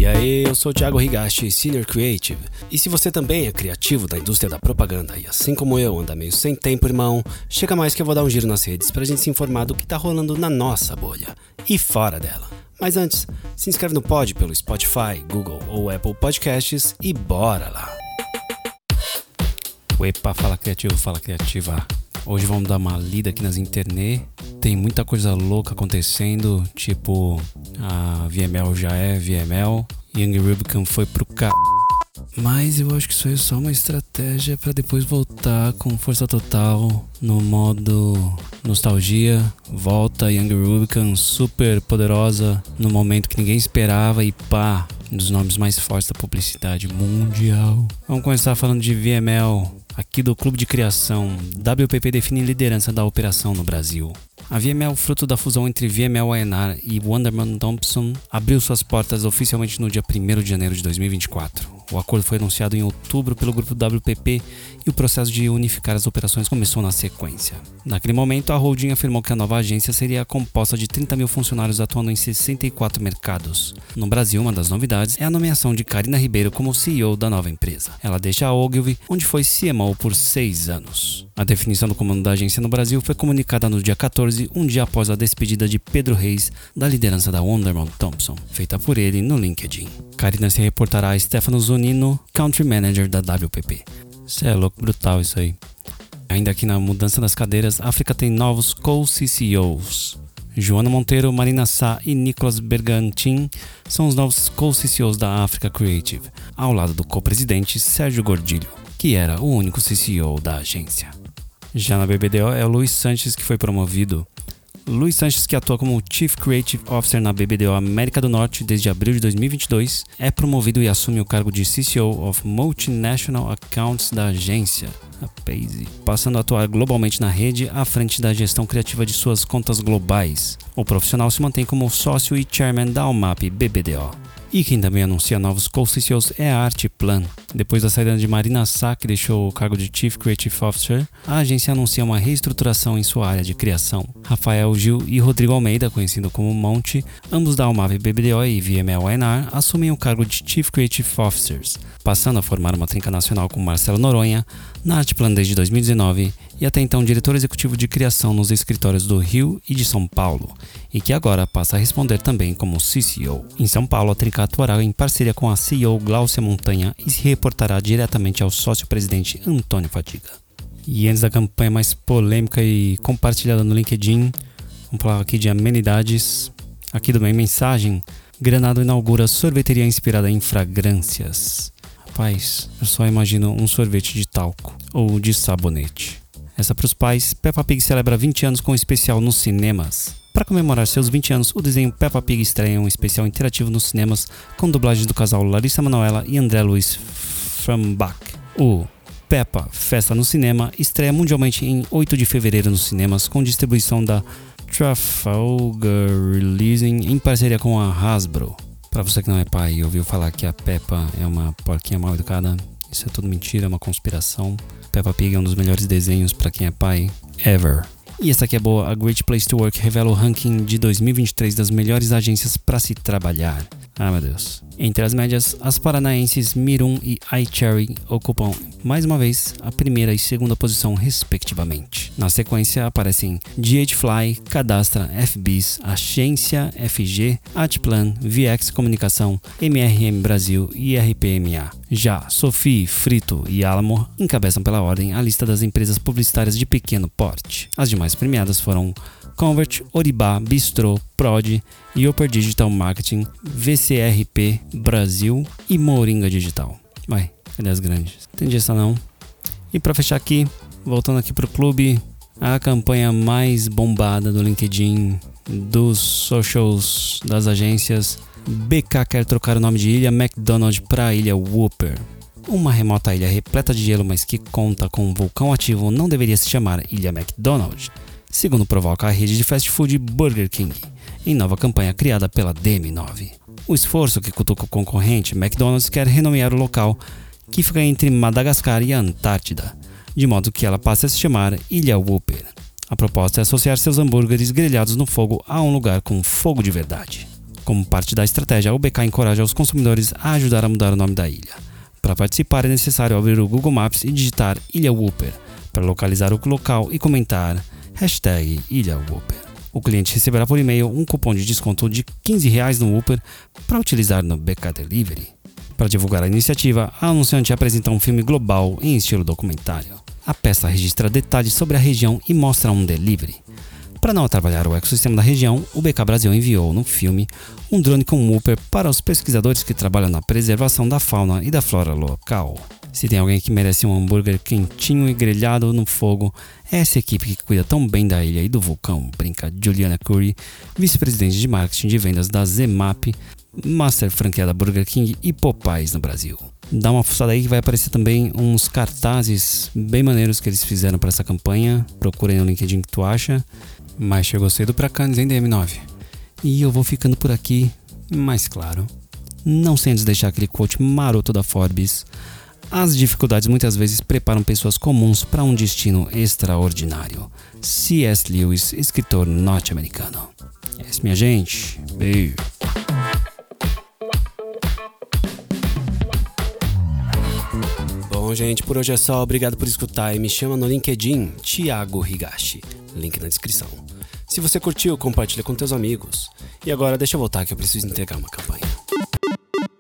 aí, eu sou o Thiago Higashi, Senior Creative. E se você também é criativo da indústria da propaganda e assim como eu anda meio sem tempo, irmão, chega mais que eu vou dar um giro nas redes pra gente se informar do que tá rolando na nossa bolha e fora dela. Mas antes, se inscreve no pod pelo Spotify, Google ou Apple Podcasts e bora lá! Epa, fala criativo, fala criativa. Hoje vamos dar uma lida aqui nas internet. Tem muita coisa louca acontecendo, tipo a VML já é VML, Young Rubicon foi pro Mas eu acho que isso aí é só uma estratégia pra depois voltar com força total no modo nostalgia. Volta Young Rubicon super poderosa no momento que ninguém esperava e pá, um dos nomes mais fortes da publicidade mundial. Vamos começar falando de VML, aqui do Clube de Criação. WPP define liderança da operação no Brasil. A VML, fruto da fusão entre VML A&R e Wunderman Thompson, abriu suas portas oficialmente no dia 1º de janeiro de 2024. O acordo foi anunciado em outubro pelo grupo WPP e o processo de unificar as operações começou na sequência. Naquele momento, a holding afirmou que a nova agência seria composta de 30 mil funcionários atuando em 64 mercados. No Brasil, uma das novidades é a nomeação de Karina Ribeiro como CEO da nova empresa. Ela deixa a Ogilvy, onde foi CMO por 6 anos. A definição do comando da agência no Brasil foi comunicada no dia 14, um dia após a despedida de Pedro Reis da liderança da Wunderman Thompson, feita por ele no LinkedIn. Karina se reportará a Stefano Zunino, Country Manager da WPP. Cê é louco, brutal isso aí. Ainda aqui na mudança das cadeiras, a África tem novos co-CCOs. Joana Monteiro, Marina Sá e Nicolas Bergantin são os novos co-CCOs da Africa Creative, ao lado do co-presidente Sérgio Gordilho, que era o único CCO da agência. Já na BBDO é o Luiz Sanches que foi promovido. Luiz Sanches, que atua como Chief Creative Officer na BBDO América do Norte desde abril de 2022, é promovido e assume o cargo de CCO of Multinational Accounts da agência, a Paisy, passando a atuar globalmente na rede à frente da gestão criativa de suas contas globais. O profissional se mantém como sócio e chairman da UMAP BBDO. E quem também anuncia novos co-CCOs é a Artplan. Depois da saída de Marina Sá, que deixou o cargo de Chief Creative Officer, a agência anuncia uma reestruturação em sua área de criação. Rafael Gil e Rodrigo Almeida, conhecido como Monte, ambos da UMAV BBDO e VML A&R, assumem o cargo de Chief Creative Officers, passando a formar uma trinca nacional com Marcelo Noronha, na Artplan desde 2019 e até então diretor executivo de criação nos escritórios do Rio e de São Paulo, e que agora passa a responder também como CCO. Em São Paulo, a trinca atuará em parceria com a CEO Gláucia Montanha e se reportará diretamente ao sócio-presidente Antônio Fadiga. E antes da campanha mais polêmica e compartilhada no LinkedIn, vamos falar aqui de amenidades. Aqui do Bem Mensagem, Granado inaugura sorveteria inspirada em fragrâncias. Rapaz, eu só imagino um sorvete de talco ou de sabonete. Essa para os pais, Peppa Pig celebra 20 anos com um especial nos cinemas. Para comemorar seus 20 anos, o desenho Peppa Pig estreia um especial interativo nos cinemas com dublagens do casal Larissa Manoela e André Luiz Frambach. O Peppa Festa no Cinema estreia mundialmente em 8 de fevereiro nos cinemas com distribuição da Trafalgar Releasing em parceria com a Hasbro. Para você que não é pai e ouviu falar que a Peppa é uma porquinha mal educada, isso é tudo mentira, é uma conspiração. Peppa Pig é um dos melhores desenhos para quem é pai ever. E essa aqui é boa, a Great Place to Work revela o ranking de 2023 das melhores agências para se trabalhar. Ah, meu Deus. Entre as médias, as paranaenses Mirum e iCherry ocupam, mais uma vez, a primeira e segunda posição, respectivamente. Na sequência, aparecem GHFly, Cadastra, FBIS, Agência, FG, Atplan, VX Comunicação, MRM Brasil e RPMA. Já Sophie, Frito e Alamo encabeçam pela ordem a lista das empresas publicitárias de pequeno porte. As demais premiadas foram Convert, Oribá, Bistrô, Prod, Yopper Digital Marketing, VCRP Brasil e Moringa Digital. Vai, cadê as grandes? Entendi essa não. E para fechar aqui, voltando aqui pro clube, a campanha mais bombada do LinkedIn, dos socials das agências, BK quer trocar o nome de Ilha McDonald para Ilha Whooper. Uma remota ilha repleta de gelo, mas que conta com um vulcão ativo, não deveria se chamar Ilha McDonald, segundo provoca a rede de fast food Burger King, em nova campanha criada pela DM9. O esforço que cutuca o concorrente, McDonald's quer renomear o local, que fica entre Madagascar e a Antártida, de modo que ela passe a se chamar Ilha Whooper. A proposta é associar seus hambúrgueres grelhados no fogo a um lugar com fogo de verdade. Como parte da estratégia, o BK encoraja os consumidores a ajudar a mudar o nome da ilha. Para participar é necessário abrir o Google Maps e digitar Ilha Whooper para localizar o local e comentar #Ilha Whooper. O cliente receberá por e-mail um cupom de desconto de R$15 no Whooper para utilizar no BK Delivery. Para divulgar a iniciativa, a anunciante apresenta um filme global em estilo documentário. A peça registra detalhes sobre a região e mostra um delivery. Para não atrapalhar o ecossistema da região, o BK Brasil enviou no filme um drone com um Whooper para os pesquisadores que trabalham na preservação da fauna e da flora local. Se tem alguém que merece um hambúrguer quentinho e grelhado no fogo, é essa equipe que cuida tão bem da ilha e do vulcão, brinca Juliana Curry, vice-presidente de marketing de vendas da Zemap, master franqueada Burger King e Popeyes no Brasil. Dá uma fuçada aí que vai aparecer também uns cartazes bem maneiros que eles fizeram para essa campanha. Procurem no LinkedIn que tu acha. Mas chegou cedo pra Cannes, hein, DM9? E eu vou ficando por aqui, mas claro, não sem antes deixar aquele quote maroto da Forbes: as dificuldades muitas vezes preparam pessoas comuns para um destino extraordinário. C.S. Lewis, escritor norte-americano. É isso, minha gente. Beijo. Bom, gente, por hoje é só. Obrigado por escutar e me chama no LinkedIn, Thiago Higashi. Link na descrição. Se você curtiu, compartilha com teus amigos. E agora deixa eu voltar que eu preciso entregar uma campanha.